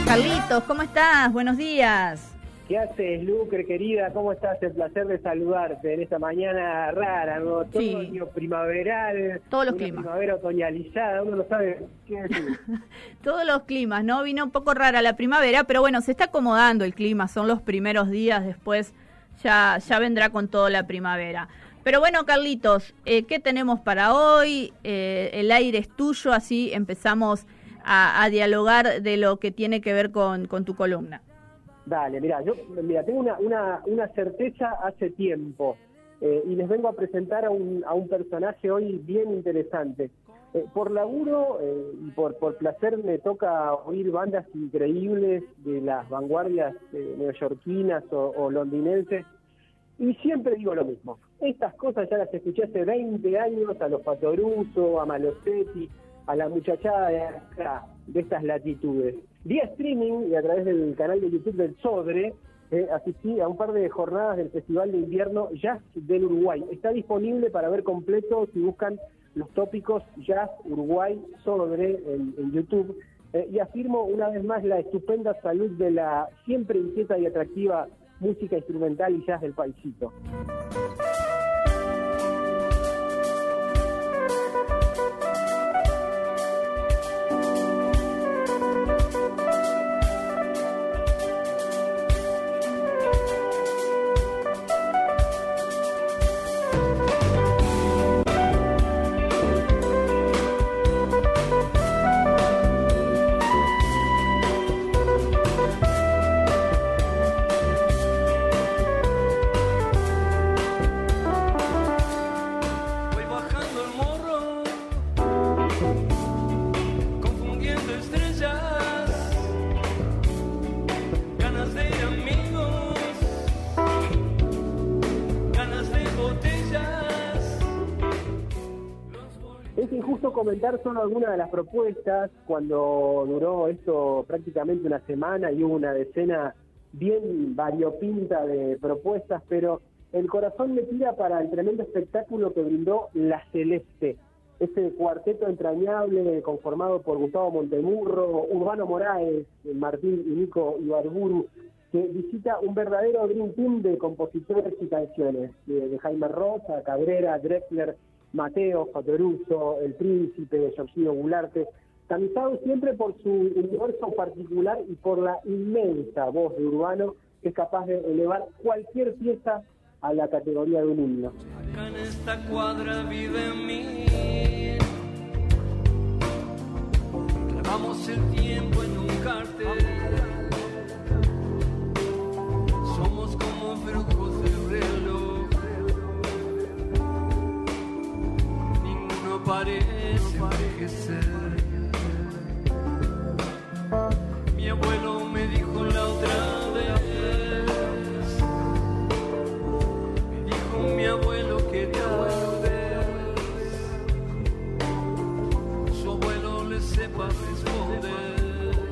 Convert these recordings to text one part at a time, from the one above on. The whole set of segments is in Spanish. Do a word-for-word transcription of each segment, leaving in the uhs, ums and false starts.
Carlitos, ¿cómo estás? Buenos días. ¿Qué haces, Lucre, querida? ¿Cómo estás? El placer de saludarte en esta mañana rara, ¿no? Otoño, sí. Primaveral, todos los una climas. Primavera otoñalizada, uno no sabe qué decir. Todos los climas, ¿no? Vino un poco rara la primavera, pero bueno, se está acomodando el clima, son los primeros días, después ya, ya vendrá con toda la primavera. Pero bueno, Carlitos, eh, ¿qué tenemos para hoy? Eh, el aire es tuyo, así empezamos a, a dialogar de lo que tiene que ver con, con tu columna. Dale, mira, yo mira, tengo una, una, una certeza hace tiempo eh, y les vengo a presentar a un, a un personaje hoy bien interesante. Eh, por laburo eh, y por, por placer me toca oír bandas increíbles de las vanguardias eh, neoyorquinas o, o londinenses y siempre digo lo mismo. Estas cosas ya las escuché hace veinte años a los Fatoruso, a Malosetti, a la muchachada de acá, de estas latitudes. Vía streaming y a través del canal de YouTube del Sodre, eh, asistí a un par de jornadas del Festival de Invierno Jazz del Uruguay. Está disponible para ver completo si buscan los tópicos Jazz Uruguay Sodre en, en YouTube. Eh, y afirmo una vez más la estupenda salud de la siempre inquieta y atractiva música instrumental y jazz del paisito. Es injusto comentar solo algunas de las propuestas cuando duró esto prácticamente una semana y hubo una decena bien variopinta de propuestas, pero el corazón me tira para el tremendo espectáculo que brindó La Celeste, ese cuarteto entrañable conformado por Gustavo Montemurro, Urbano Moraes, Martín y Nico Ibarburu, que visita un verdadero dream team de compositores y canciones, de, de Jaime Rosa, Cabrera, Drexler, Mateo, Fatoruso, El Príncipe, Georgino Gularte, tamizado siempre por su universo particular y por la inmensa voz de Urbano, que es capaz de elevar cualquier pieza a la categoría de un himno. Acá en esta cuadra vive mí, clavamos el tiempo en un cartel, somos como brujos de reloj, ninguno parece envejecer. Mi abuelo me dijo la otra vez, me dijo mi abuelo que tal vez su abuelo le sepa responder,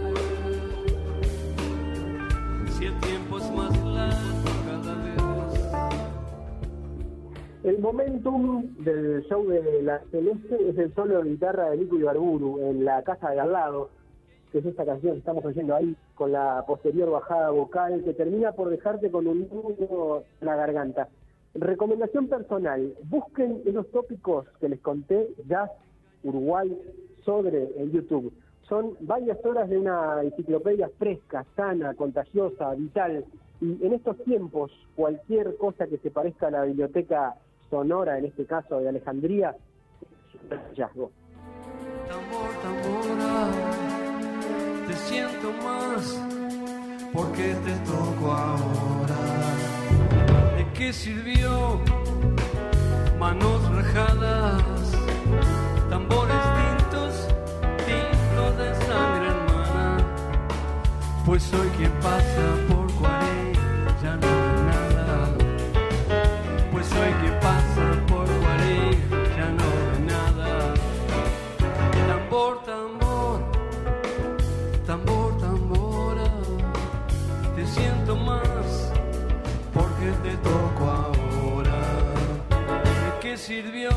si el tiempo es más largo cada vez. El momentum del show de La Celeste es el solo de guitarra de Nico Ibarburu en La Casa de Al Lado, que es esta canción que estamos oyendo ahí, con la posterior bajada vocal, que termina por dejarte con un nudo en la garganta. Recomendación personal, busquen esos tópicos que les conté, Jazz Uruguay Sodre, en YouTube. Son varias horas de una enciclopedia fresca, sana, contagiosa, vital, y en estos tiempos, cualquier cosa que se parezca a la biblioteca sonora, en este caso de Alejandría, es un hallazgo. Tambor, tambora, te siento más porque te toco ahora. ¿De qué sirvió manos rajadas, tambores tintos, tintos de sangre hermana? Pues soy quien pasa por Guarey, ya no ve nada. Pues soy quien pasa por Guarey, ya no ve nada. Tambor, tambor, tambor, tambora, te siento más porque te toco ahora. ¿De qué sirvió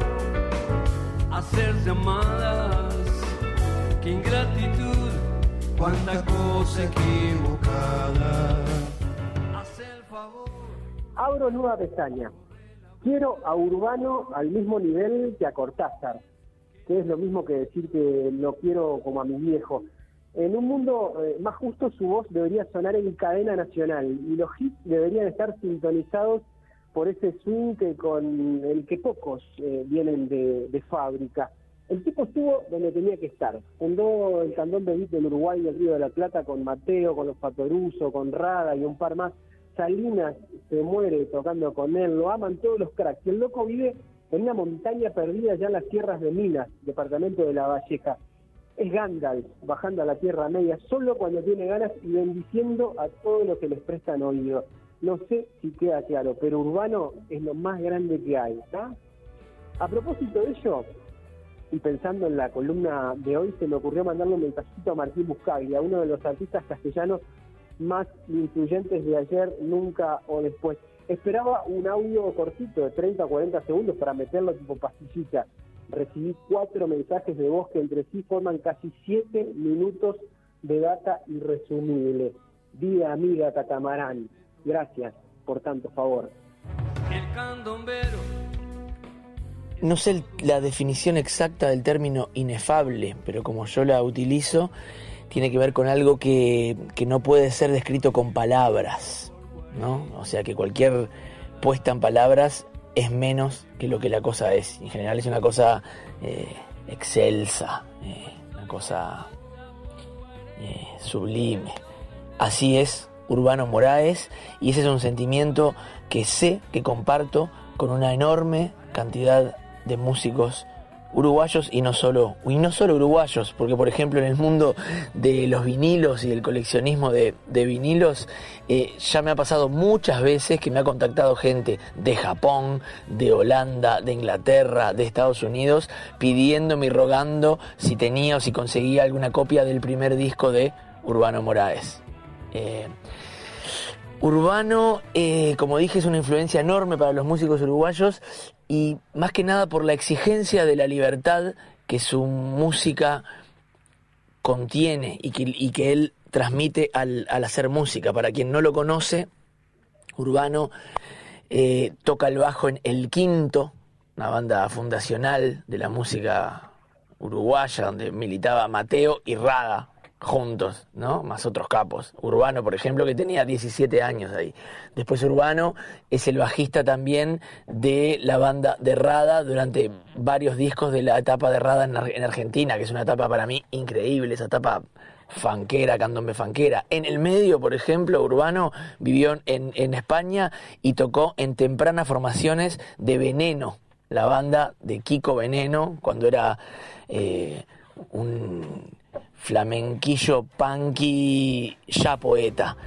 hacer llamadas? Qué ingratitud cuánta cosa equivocada. Haz el favor. Abro nueva pestaña. Quiero a Urbano al mismo nivel que a Cortázar, que es lo mismo que decir que lo quiero como a mi viejo. En un mundo eh, más justo, su voz debería sonar en cadena nacional y los hits deberían estar sintonizados por ese swing que con el que pocos eh, vienen de, de fábrica. El tipo estuvo donde tenía que estar. Fundó el Candombe Beat del Uruguay y el Río de la Plata con Mateo, con los Patoruso, con Rada y un par más. Salinas se muere tocando con él, lo aman todos los cracks. El loco vive en una montaña perdida ya en las tierras de Minas, departamento de La Valleja. Es Gandalf bajando a la Tierra Media solo cuando tiene ganas y bendiciendo a todos los que les prestan oído. No sé si queda claro, pero Urbano es lo más grande que hay, ¿está? A propósito de ello, y pensando en la columna de hoy, se me ocurrió mandarle un mensajito a Martín Buscaglia, uno de los artistas castellanos más influyentes de ayer, nunca o después. Esperaba un audio cortito de treinta a cuarenta segundos para meterlo tipo pastillita. Recibí cuatro mensajes de voz que entre sí forman casi siete minutos de data irresumible. Vida amiga Catamarán, gracias por tanto favor. El candombero. No sé la definición exacta del término inefable, pero como yo la utilizo, tiene que ver con algo que, que no puede ser descrito con palabras, ¿no? O sea que cualquier puesta en palabras es menos que lo que la cosa es. En general es una cosa eh, excelsa, eh, una cosa eh, sublime. Así es Urbano Moraes, y ese es un sentimiento que sé que comparto con una enorme cantidad de músicos uruguayos y no solo y no solo uruguayos, porque por ejemplo en el mundo de los vinilos y del coleccionismo de, de vinilos eh, ya me ha pasado muchas veces que me ha contactado gente de Japón, de Holanda, de Inglaterra, de Estados Unidos, pidiéndome y rogando si tenía o si conseguía alguna copia del primer disco de Urbano Moraes. eh, Urbano, eh, como dije, es una influencia enorme para los músicos uruguayos, y más que nada por la exigencia de la libertad que su música contiene y que, y que él transmite al, al hacer música. Para quien no lo conoce, Urbano eh, toca el bajo en El Quinto, una banda fundacional de la música uruguaya, donde militaba Mateo y Rada juntos, ¿no? Más otros capos. Urbano, por ejemplo, que tenía diecisiete años ahí. Después Urbano es el bajista también de la banda de Rada durante varios discos de la etapa de Rada en, Ar- en Argentina, que es una etapa para mí increíble, esa etapa fanquera, candombe fanquera. En el medio, por ejemplo, Urbano vivió en, en España y tocó en tempranas formaciones de Veneno, la banda de Kiko Veneno, cuando era eh, un flamenquillo punky ya poeta.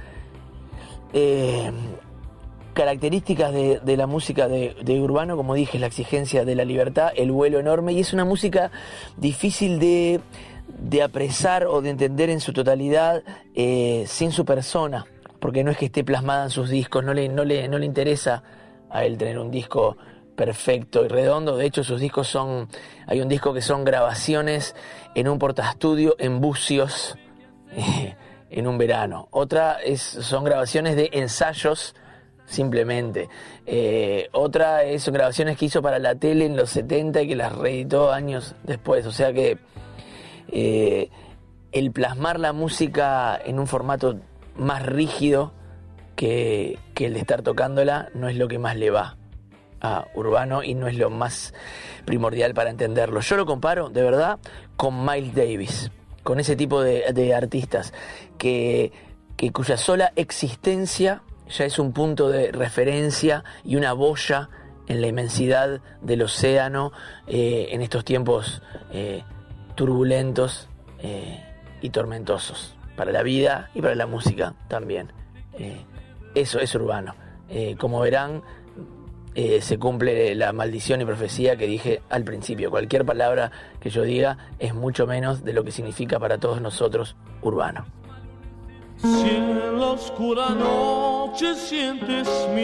Eh, características de, de la música de, de Urbano, como dije, es la exigencia de la libertad, el vuelo enorme, y es una música difícil de, de apresar o de entender en su totalidad eh, sin su persona, porque no es que esté plasmada en sus discos, no le, no le, no le interesa a él tener un disco perfecto y redondo. De hecho, sus discos son, hay un disco que son grabaciones en un portaestudio en Bucios eh, en un verano. Otra es, son grabaciones de ensayos simplemente. Eh, otra es, son grabaciones que hizo para la tele en los setenta y que las reeditó años después. O sea que eh, el plasmar la música en un formato más rígido que, que el de estar tocándola no es lo que más le va a Urbano y no es lo más primordial para entenderlo. Yo lo comparo, de verdad, con Miles Davis, con ese tipo de, de artistas que, que cuya sola existencia ya es un punto de referencia y una boya en la inmensidad del océano eh, en estos tiempos eh, turbulentos eh, y tormentosos para la vida y para la música también. Eh, eso es Urbano. Eh, como verán, Eh, se cumple la maldición y profecía que dije al principio. Cualquier palabra que yo diga es mucho menos de lo que significa para todos nosotros Urbano. Si en la oscura noche sientes mi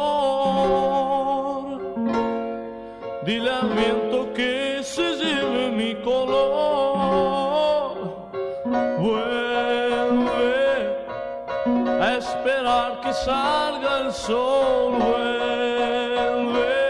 dolor, dile al viento que se lleve mi color. Bueno, esperar que salga el sol, vuelve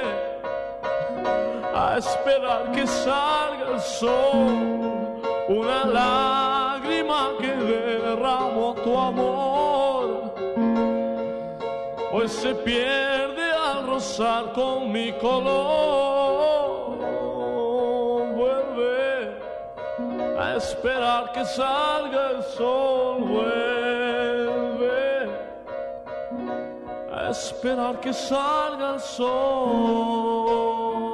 a esperar que salga el sol, una lágrima que derramó tu amor, hoy se pierde al rozar con mi color, vuelve a esperar que salga el sol, vuelve a esperar que salga el sol.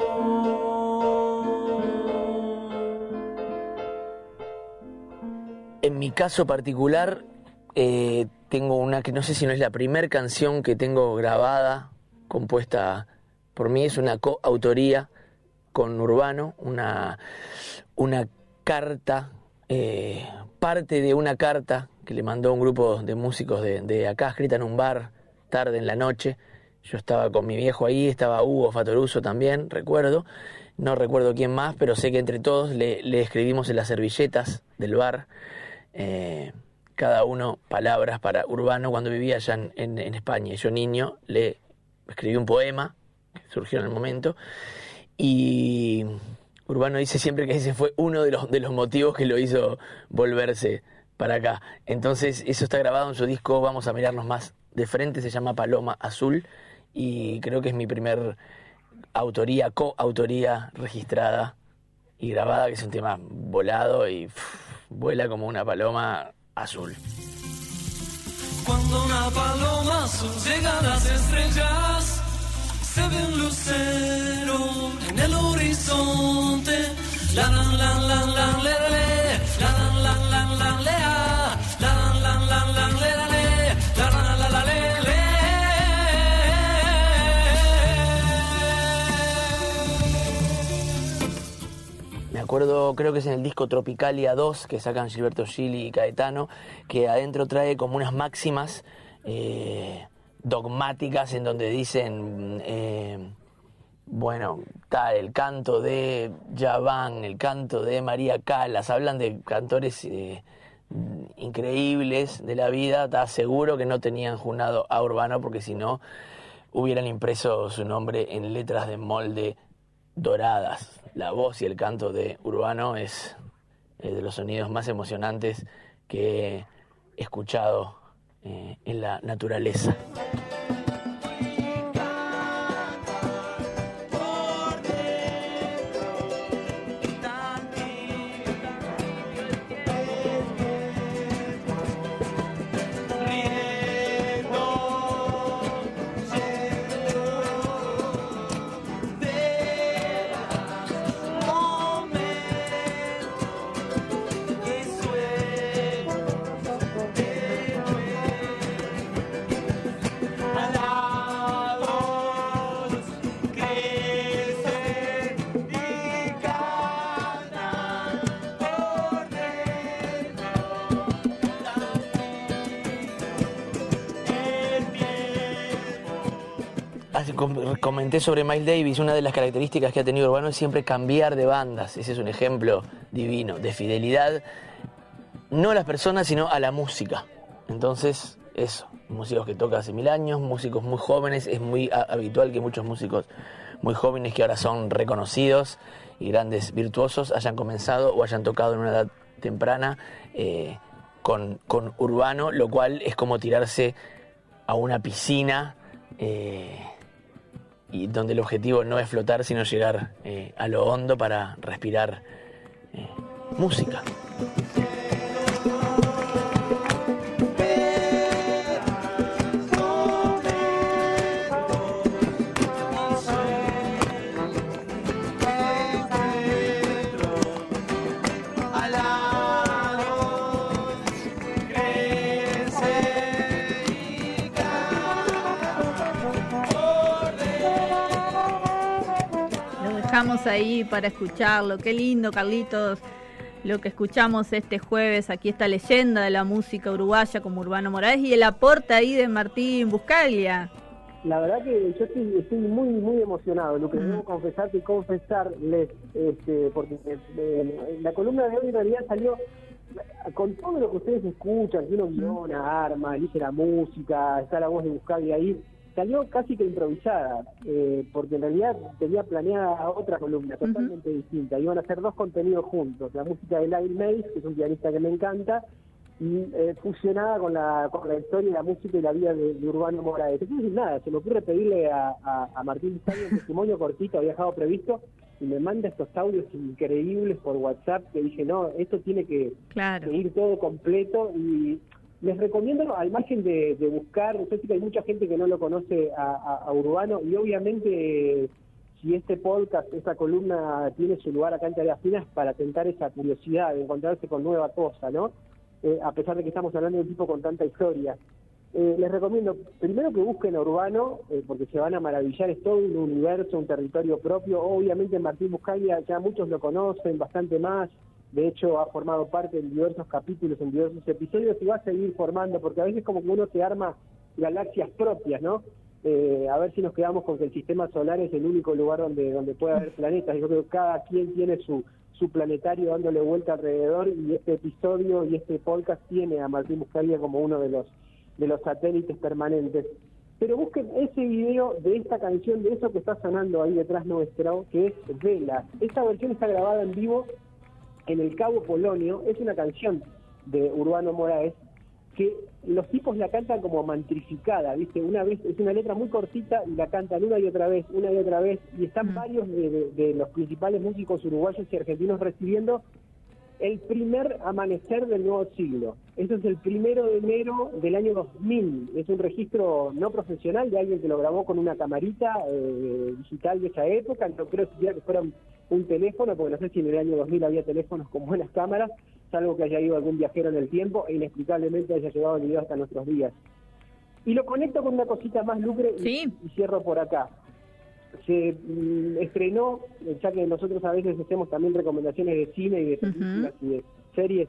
En mi caso particular, eh, tengo una que no sé si no es la primera canción que tengo grabada, compuesta por mí, es una coautoría con Urbano, una, una carta, eh, parte de una carta que le mandó un grupo de músicos de, de acá, escrita en un bar, tarde en la noche. Yo estaba con mi viejo ahí, estaba Hugo Fatoruso también, recuerdo, no recuerdo quién más, pero sé que entre todos le, le escribimos en las servilletas del bar, eh, cada uno palabras para Urbano cuando vivía allá en, en, en España. Y yo, niño, le escribí un poema que surgió en el momento, y Urbano dice siempre que ese fue uno de los, de los motivos que lo hizo volverse para acá. Entonces eso está grabado en su disco Vamos a mirarnos más de frente, se llama Paloma Azul, y creo que es mi primer autoría, coautoría registrada y grabada, que es un tema volado y uff, vuela como una paloma azul. Cuando una paloma azul llega a las estrellas, se ve un lucero en el horizonte. La la la la la le le, la la la la la le a, la la la la le le, la la la la le le. Me acuerdo, creo que es en el disco Tropicalia dos que sacan Gilberto Gil y Caetano, que adentro trae como unas máximas eh, dogmáticas en donde dicen, eh, bueno, tal, el canto de Yaván, el canto de María Callas, hablan de cantores eh, increíbles de la vida. Está seguro que no tenían junado a Urbano, porque si no hubieran impreso su nombre en letras de molde doradas. La voz y el canto de Urbano es eh, de los sonidos más emocionantes que he escuchado eh, en la naturaleza. Comenté sobre Miles Davis, una de las características que ha tenido Urbano es siempre cambiar de bandas. Ese es un ejemplo divino de fidelidad, no a las personas, sino a la música. Entonces, eso, músicos que tocan hace mil años, músicos muy jóvenes. Es muy habitual que muchos músicos muy jóvenes que ahora son reconocidos y grandes virtuosos hayan comenzado o hayan tocado en una edad temprana eh, con, con Urbano, lo cual es como tirarse a una piscina eh, y donde el objetivo no es flotar, sino llegar eh, a lo hondo para respirar eh, música. Ahí para escucharlo. Qué lindo, Carlitos, lo que escuchamos este jueves. Aquí esta leyenda de la música uruguaya como Urbano Moraes y el aporte ahí de Martín Buscaglia. La verdad que yo estoy, estoy muy muy emocionado, lo que debo confesarte y confesarles, este, porque eh, la columna de hoy en realidad salió con todo lo que ustedes escuchan, que uno guiona, arma, elige la música, está la voz de Buscaglia ahí, salió casi que improvisada, eh, porque en realidad tenía planeada otra columna totalmente uh-huh. distinta. Iban a hacer dos contenidos juntos, la música de Lyle Mays, que es un pianista que me encanta, y eh, fusionada con la, con la historia, la música y la vida de, de Urbano Moraes. Entonces nada, se me ocurre pedirle a, a, a Martín Buscaglia un testimonio cortito, había dejado previsto, y me manda estos audios increíbles por WhatsApp, que dije, no, esto tiene que, claro. que ir todo completo, y les recomiendo, al margen de, de buscar, yo sé que hay mucha gente que no lo conoce a, a, a Urbano, y obviamente si este podcast, esta columna tiene su lugar acá en Tareas Finas para tentar esa curiosidad de encontrarse con nueva cosa, ¿no? Eh, a pesar de que estamos hablando de un tipo con tanta historia. Eh, les recomiendo, primero que busquen a Urbano, eh, porque se van a maravillar, es todo un universo, un territorio propio. Obviamente Martín Buscaglia ya muchos lo conocen, bastante más. De hecho, ha formado parte en diversos capítulos, en diversos episodios, y va a seguir formando, porque a veces como que uno se arma galaxias propias, ¿no? Eh, a ver si nos quedamos con que el sistema solar es el único lugar donde donde puede haber planetas. Yo creo que cada quien tiene su, su planetario dándole vuelta alrededor, y este episodio y este podcast tiene a Martín Buscaglia como uno de los, de los satélites permanentes. Pero busquen ese video de esta canción, de eso que está sonando ahí detrás nuestro, que es Vela. Esta versión está grabada en vivo en el Cabo Polonio, es una canción de Urbano Moraes que los tipos la cantan como mantrificada, ¿viste? Una vez, es una letra muy cortita y la cantan una y otra vez, una y otra vez, y están mm. varios de, de, de los principales músicos uruguayos y argentinos recibiendo el primer amanecer del nuevo siglo. Eso es el primero de enero del año dos mil. Es un registro no profesional de alguien que lo grabó con una camarita eh, digital de esa época. No creo siquiera que fuera un, un teléfono, porque no sé si en el año dos mil había teléfonos con buenas cámaras, salvo que haya ido algún viajero en el tiempo e inexplicablemente haya llevado el video hasta nuestros días. Y lo conecto con una cosita más, Lucre, ¿Sí? y, y cierro por acá. Se mm, estrenó, ya que nosotros a veces hacemos también recomendaciones de cine y de películas uh-huh. y de series,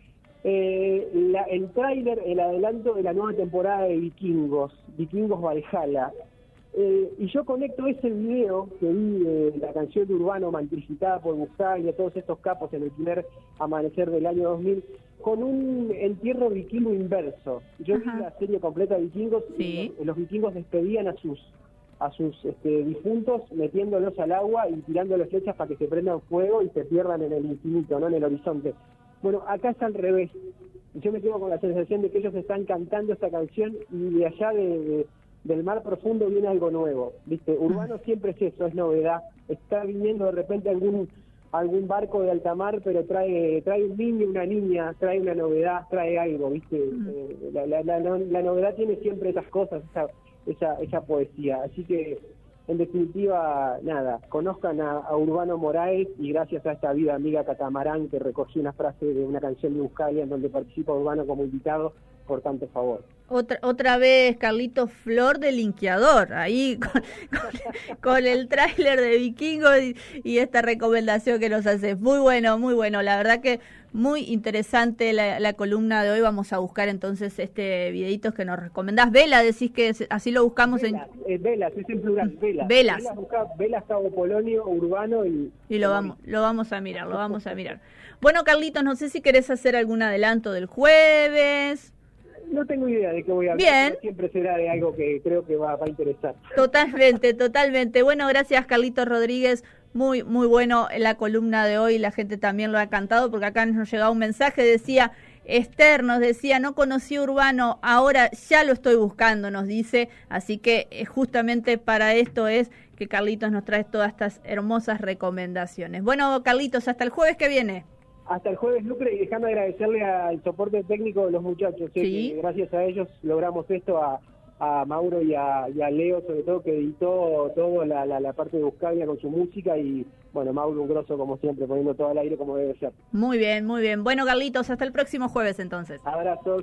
eh, la, el tráiler, el adelanto de la nueva temporada de Vikingos, Vikingos Valhalla. Eh, y yo conecto ese video que vi de la canción de Urbano mantrificada por Buscaglia, todos estos capos en el primer amanecer del año dos mil, con un entierro vikingo inverso. Yo uh-huh. vi la serie completa de Vikingos ¿Sí? y los, los vikingos despedían a sus a sus este, difuntos metiéndolos al agua y tirándoles flechas para que se prendan fuego y se pierdan en el infinito, no en el horizonte. Bueno, acá es al revés. Yo me quedo con la sensación de que ellos están cantando esta canción y de allá de, de, del mar profundo viene algo nuevo, ¿viste? Urbano siempre es eso, es novedad. Está viniendo de repente algún algún barco de alta mar, pero trae trae un niño, una niña, trae una novedad, trae algo, ¿viste? Eh, la, la, la, la novedad tiene siempre esas cosas, esa Esa, esa poesía. Así que, en definitiva, nada, conozcan a, a Urbano Moraes, y gracias a esta vida amiga Catamarán, que recogió una frase de una canción de Buscaglia en donde participa Urbano como invitado, por tanto favor. Otra otra vez, Carlitos, Flor del Linkeador, ahí con, con, con el tráiler de Vikingos y, y esta recomendación que nos haces. Muy bueno, muy bueno. La verdad que muy interesante la, la columna de hoy. Vamos a buscar entonces este videíto que nos recomendás. Vela, decís que así lo buscamos Velas, en... Eh, Velas, es en plural, Velas. Velas. Velas, busca, Velas Cabo Polonio, Urbano y... Y lo vamos, lo vamos a mirar, lo vamos a mirar. Bueno, Carlitos, no sé si querés hacer algún adelanto del jueves... No tengo idea de qué voy a hablar, Bien. pero siempre será de algo que creo que va, va a interesar. Totalmente, totalmente. Bueno, gracias Carlitos Rodríguez, muy muy bueno la columna de hoy, la gente también lo ha cantado, porque acá nos llegaba un mensaje, decía, Esther nos decía, no conocí Urbano, ahora ya lo estoy buscando, nos dice, así que eh, justamente para esto es que Carlitos nos trae todas estas hermosas recomendaciones. Bueno, Carlitos, hasta el jueves que viene. Hasta el jueves, Lucre, y déjame agradecerle al soporte técnico de los muchachos. ¿Sí? Que gracias a ellos logramos esto, a, a Mauro y a, y a Leo, sobre todo, que editó todo la, la, la parte de Buscaglia con su música, y bueno, Mauro un grosso como siempre, poniendo todo al aire como debe ser. Muy bien, muy bien. Bueno, Carlitos, hasta el próximo jueves entonces. Abrazos.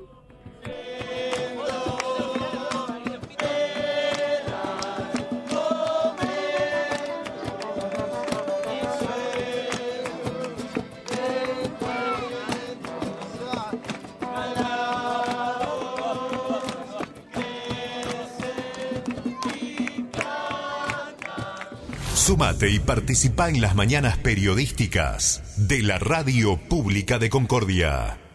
Sumate y participa en las mañanas periodísticas de la Radio Pública de Concordia.